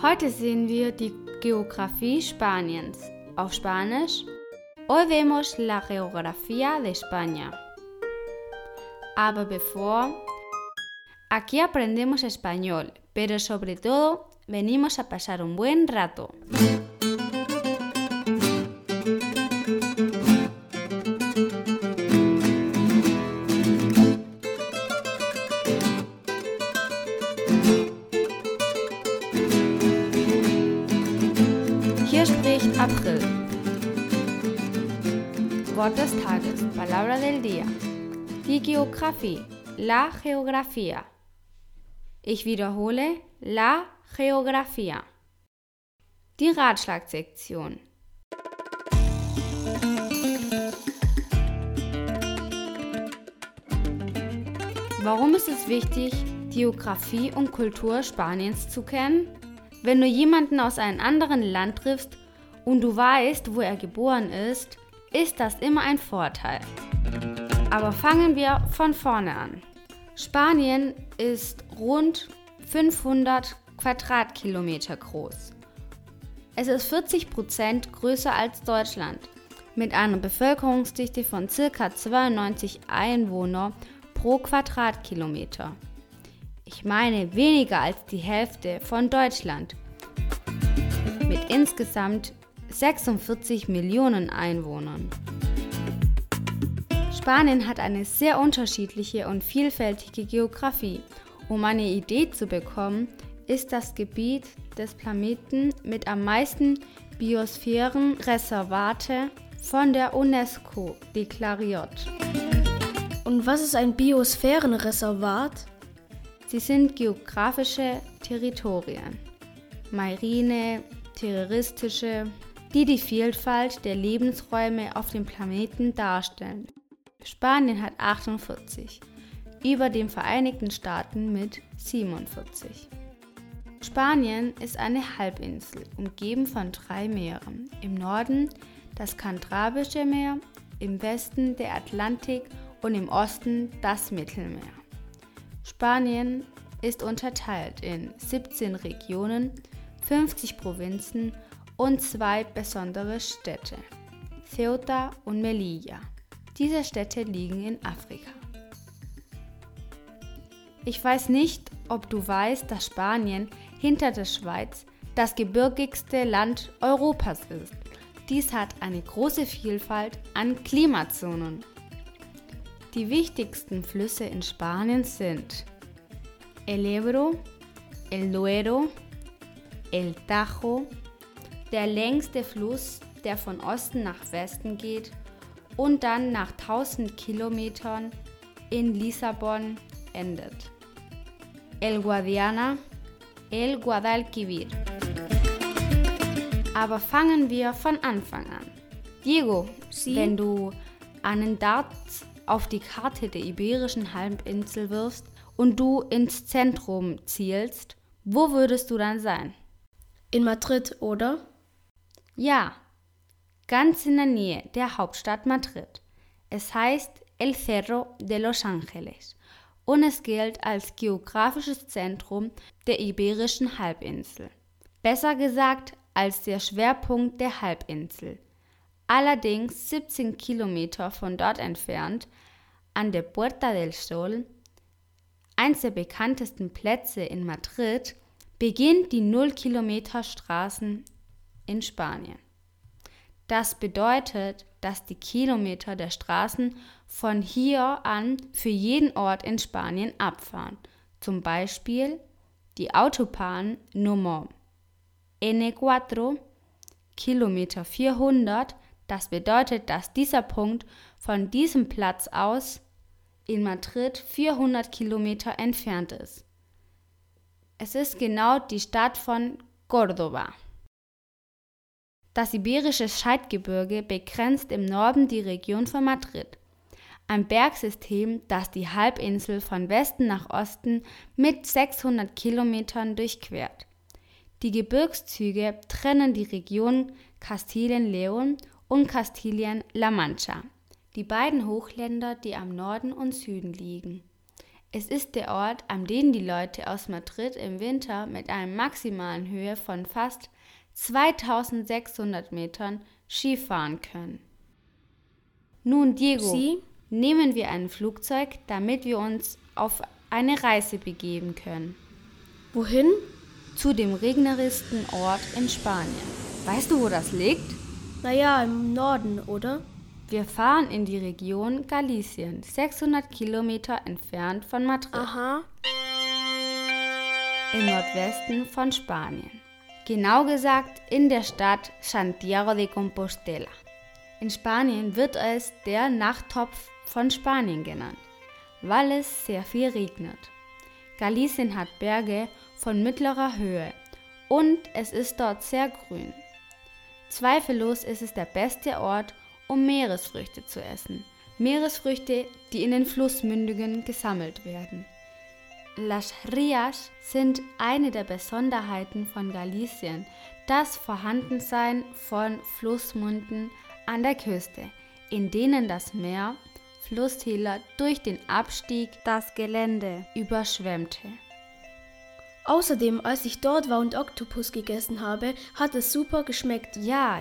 Heute sehen wir die Geografie Spaniens. Auf Spanisch, hoy vemos la geografía de España. Aber aquí aprendemos español, pero sobre todo venimos a pasar un buen rato. Hier spricht April. Wort des Tages, Palabra del día. Die Geografie, la geografía. Ich wiederhole, la geografía. Die Ratschlagsektion. Warum ist es wichtig, Geografie und Kultur Spaniens zu kennen? Wenn du jemanden aus einem anderen Land triffst und du weißt, wo er geboren ist das immer ein Vorteil. Aber fangen wir von vorne an. Spanien ist rund 500 Quadratkilometer groß. Es ist 40% größer als Deutschland, mit einer Bevölkerungsdichte von ca. 92 Einwohner pro Quadratkilometer. Ich meine weniger als die Hälfte von Deutschland, mit insgesamt 46 Millionen Einwohnern. Spanien hat eine sehr unterschiedliche und vielfältige Geografie. Um eine Idee zu bekommen, ist das Gebiet des Planeten mit am meisten Biosphärenreservate von der UNESCO deklariert. Und was ist ein Biosphärenreservat? Sie sind geografische Territorien, marine, terroristische, die Vielfalt der Lebensräume auf dem Planeten darstellen. Spanien hat 48, über den Vereinigten Staaten mit 47. Spanien ist eine Halbinsel, umgeben von 3 Meeren. Im Norden das Kantabrische Meer, im Westen der Atlantik und im Osten das Mittelmeer. Spanien ist unterteilt in 17 Regionen, 50 Provinzen und 2 besondere Städte, Ceuta und Melilla. Diese Städte liegen in Afrika. Ich weiß nicht, ob du weißt, dass Spanien hinter der Schweiz das gebirgigste Land Europas ist. Dies hat eine große Vielfalt an Klimazonen. Die wichtigsten Flüsse in Spanien sind el Ebro, el Duero, el Tajo, der längste Fluss, der von Osten nach Westen geht und dann nach 1000 Kilometern in Lissabon endet. El Guadiana, el Guadalquivir. Aber fangen wir von Anfang an. Diego, wenn du einen Dart auf die Karte der Iberischen Halbinsel wirfst und du ins Zentrum zielst, wo würdest du dann sein? In Madrid, oder? Ja, ganz in der Nähe der Hauptstadt Madrid. Es heißt El Cerro de los Ángeles und es gilt als geografisches Zentrum der Iberischen Halbinsel. Besser gesagt als der Schwerpunkt der Halbinsel. Allerdings 17 Kilometer von dort entfernt, an der Puerta del Sol, eins der bekanntesten Plätze in Madrid, beginnt die 0-Kilometer-Straßen in Spanien. Das bedeutet, dass die Kilometer der Straßen von hier an für jeden Ort in Spanien abfahren. Zum Beispiel die Autobahn Nummer N4, Kilometer 400. Das bedeutet, dass dieser Punkt von diesem Platz aus in Madrid 400 Kilometer entfernt ist. Es ist genau die Stadt von Córdoba. Das Iberische Scheidgebirge begrenzt im Norden die Region von Madrid, ein Bergsystem, das die Halbinsel von Westen nach Osten mit 600 Kilometern durchquert. Die Gebirgszüge trennen die Region Kastilien-León und Kastilien-La Mancha, die beiden Hochländer, die am Norden und Süden liegen. Es ist der Ort, an dem die Leute aus Madrid im Winter mit einer maximalen Höhe von fast 2600 Metern Skifahren können. Nun, Diego, Sie? nehmen wir ein Flugzeug, damit wir uns auf eine Reise begeben können. Wohin? Zu dem regnerischsten Ort in Spanien. Weißt du, wo das liegt? Naja, im Norden, oder? Wir fahren in die Region Galicien, 600 Kilometer entfernt von Madrid, Aha. im Nordwesten von Spanien. Genau gesagt in der Stadt Santiago de Compostela. In Spanien wird es der Nachttopf von Spanien genannt, weil es sehr viel regnet. Galicien hat Berge von mittlerer Höhe und es ist dort sehr grün. Zweifellos ist es der beste Ort, um Meeresfrüchte zu essen. Meeresfrüchte, die in den Flussmündungen gesammelt werden. Las Rías sind eine der Besonderheiten von Galicien, das Vorhandensein von Flussmünden an der Küste, in denen das Meer Flusstäler durch den Abstieg das Gelände überschwemmte. Außerdem, als ich dort war und Oktopus gegessen habe, hat es super geschmeckt. Ja.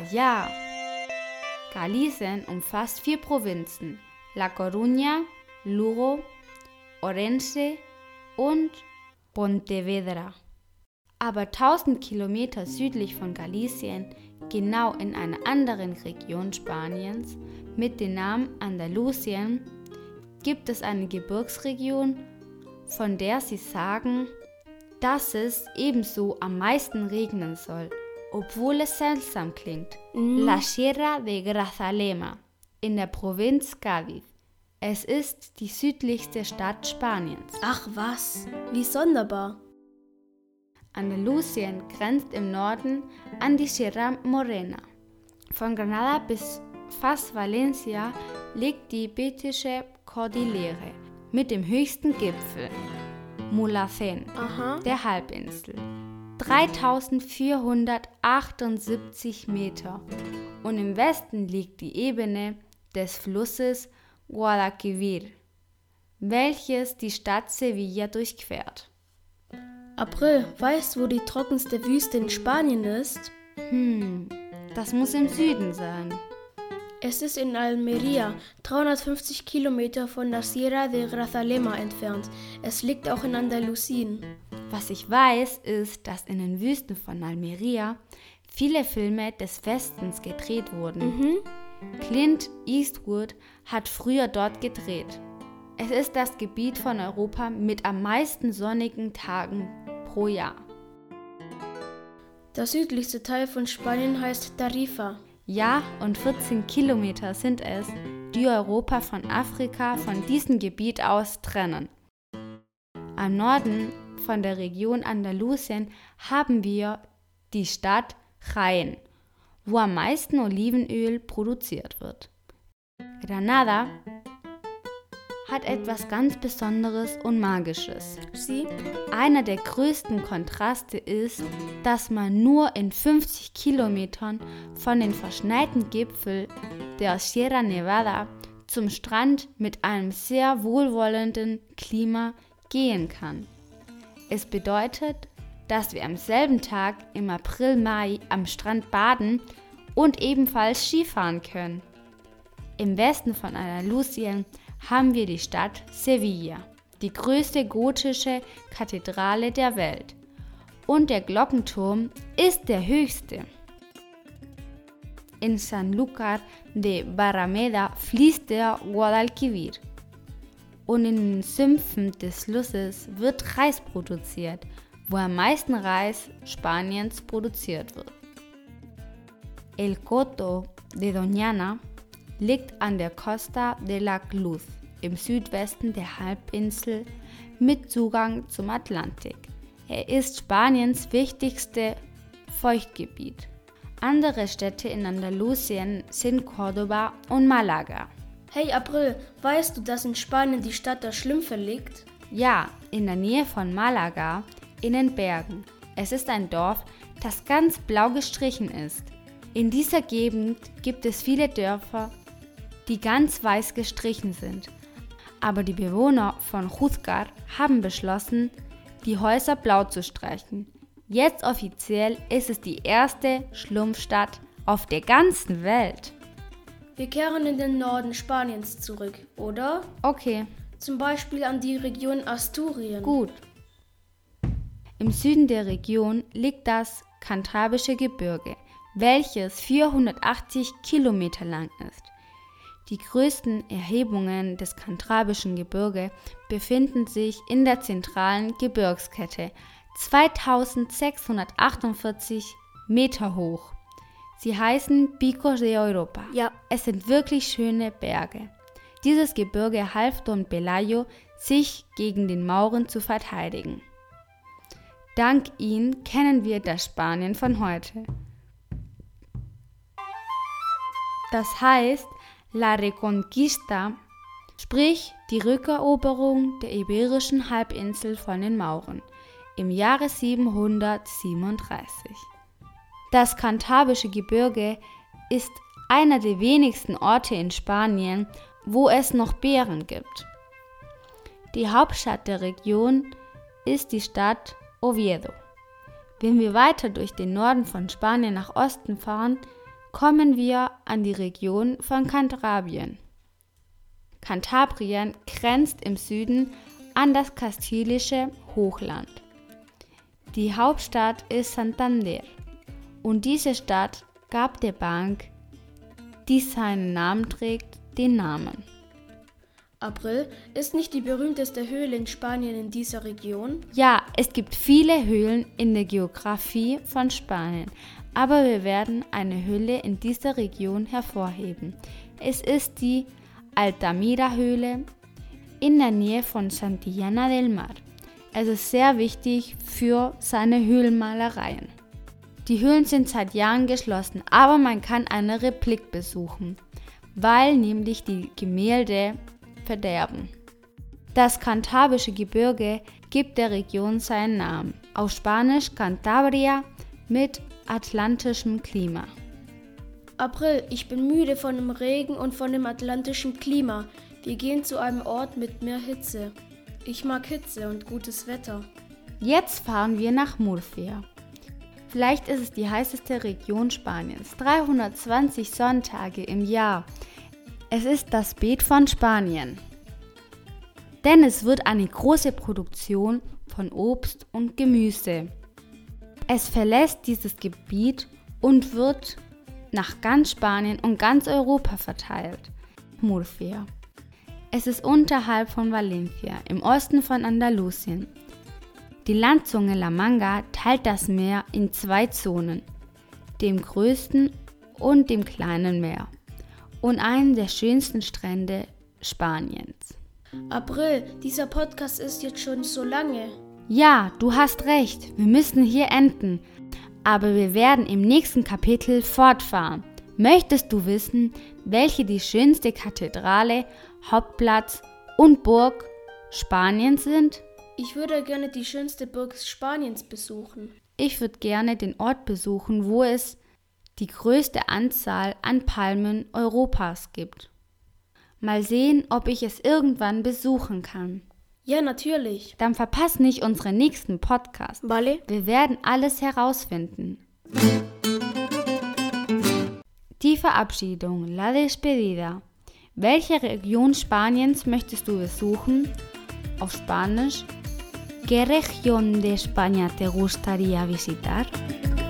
Galicien umfasst 4 Provinzen: La Coruña, Lugo, Orense und Pontevedra. Aber 1000 Kilometer südlich von Galicien, genau in einer anderen Region Spaniens mit dem Namen Andalusien, gibt es eine Gebirgsregion, von der sie sagen, dass es ebenso am meisten regnen soll, obwohl es seltsam klingt. La Sierra de Grazalema in der Provinz Cádiz. Es ist die südlichste Stadt Spaniens. Ach was, wie sonderbar. Andalusien grenzt im Norden an die Sierra Morena. Von Granada bis fast Valencia liegt die Betische Kordillere mit dem höchsten Gipfel, Mulhacén, der Halbinsel, 3478 Meter, und im Westen liegt die Ebene des Flusses Guadalquivir, welches die Stadt Sevilla durchquert. April, weißt du, wo die trockenste Wüste in Spanien ist? Das muss im Süden sein. Es ist in Almería, 350 Kilometer von der Sierra de Grazalema entfernt. Es liegt auch in Andalusien. Was ich weiß, ist, dass in den Wüsten von Almería viele Filme des Westens gedreht wurden. Clint Eastwood hat früher dort gedreht. Es ist das Gebiet von Europa mit am meisten sonnigen Tagen pro Jahr. Der südlichste Teil von Spanien heißt Tarifa. Ja, und 14 Kilometer sind es, die Europa von Afrika von diesem Gebiet aus trennen. Am Norden von der Region Andalusien haben wir die Stadt Jaén, wo am meisten Olivenöl produziert wird. Granada hat etwas ganz Besonderes und Magisches. Sie? Einer der größten Kontraste ist, dass man nur in 50 Kilometern von den verschneiten Gipfeln der Sierra Nevada zum Strand mit einem sehr wohlwollenden Klima gehen kann. Es bedeutet, dass wir am selben Tag im April-Mai am Strand baden und ebenfalls Skifahren können. Im Westen von Andalusien haben wir die Stadt Sevilla, die größte gotische Kathedrale der Welt. Und der Glockenturm ist der höchste. In Sanlúcar de Barrameda fließt der Guadalquivir. Und in den Sümpfen des Flusses wird Reis produziert, wo am meisten Reis Spaniens produziert wird. El Coto de Doñana liegt an der Costa de la Cruz im Südwesten der Halbinsel mit Zugang zum Atlantik. Er ist Spaniens wichtigste Feuchtgebiet. Andere Städte in Andalusien sind Córdoba und Málaga. Hey April, weißt du, dass in Spanien die Stadt der Schlümpfe liegt? Ja, in der Nähe von Málaga, in den Bergen. Es ist ein Dorf, das ganz blau gestrichen ist. In dieser Gegend gibt es viele Dörfer, die ganz weiß gestrichen sind. aber die Bewohner von Juzgar haben beschlossen, die Häuser blau zu streichen. Jetzt offiziell ist es die erste Schlumpfstadt auf der ganzen Welt. Wir kehren in den Norden Spaniens zurück, oder? Okay. Zum Beispiel an die Region Asturien. Gut. Im Süden der Region liegt das Kantabrische Gebirge, welches 480 Kilometer lang ist. Die größten Erhebungen des Kantabrischen Gebirge befinden sich in der zentralen Gebirgskette, 2648 Meter hoch. Sie heißen Picos de Europa. Ja. Es sind wirklich schöne Berge. Dieses Gebirge half Don Pelayo, sich gegen den Mauren zu verteidigen. Dank ihnen kennen wir das Spanien von heute. Das heißt, La Reconquista, sprich die Rückeroberung der Iberischen Halbinsel von den Mauren, im Jahre 737. Das Kantabrische Gebirge ist einer der wenigsten Orte in Spanien, wo es noch Bären gibt. Die Hauptstadt der Region ist die Stadt Oviedo. Wenn wir weiter durch den Norden von Spanien nach Osten fahren, kommen wir an die Region von Kantabrien. Kantabrien grenzt im Süden an das kastilische Hochland. Die Hauptstadt ist Santander und diese Stadt gab der Bank, die seinen Namen trägt, den Namen. April, ist nicht die berühmteste Höhle in Spanien in dieser Region? Ja, es gibt viele Höhlen in der Geografie von Spanien, aber wir werden eine Höhle in dieser Region hervorheben. Es ist die Altamira-Höhle in der Nähe von Santillana del Mar. Es ist sehr wichtig für seine Höhlenmalereien. Die Höhlen sind seit Jahren geschlossen, aber man kann eine Replik besuchen, weil nämlich die Gemälde verderben. Das Kantabrische Gebirge gibt der Region seinen Namen, auf Spanisch Cantabria mit atlantischem Klima. April, ich bin müde von dem Regen und von dem atlantischen Klima. Wir gehen zu einem Ort mit mehr Hitze. Ich mag Hitze und gutes Wetter. Jetzt fahren wir nach Murcia. Vielleicht ist es die heißeste Region Spaniens. 320 Sonntage im Jahr. Es ist das Beet von Spanien. Denn es wird eine große Produktion von Obst und Gemüse. Es verlässt dieses Gebiet und wird nach ganz Spanien und ganz Europa verteilt. Murcia. Es ist unterhalb von Valencia, im Osten von Andalusien. Die Landzunge La Manga teilt das Meer in 2 Zonen, dem größten und dem kleinen Meer, und einen der schönsten Strände Spaniens. April, dieser Podcast ist jetzt schon so lange. Ja, du hast recht, wir müssen hier enden, aber wir werden im nächsten Kapitel fortfahren. Möchtest du wissen, welche die schönste Kathedrale, Hauptplatz und Burg Spaniens sind? Ich würde gerne die schönste Burg Spaniens besuchen. Ich würde gerne den Ort besuchen, wo es die größte Anzahl an Palmen Europas gibt. Mal sehen, ob ich es irgendwann besuchen kann. Ja, natürlich. Dann verpass nicht unseren nächsten Podcast. Vale. Wir werden alles herausfinden. Die Verabschiedung, la despedida. Welche Region Spaniens möchtest du besuchen? Auf Spanisch, ¿Qué región de España te gustaría visitar?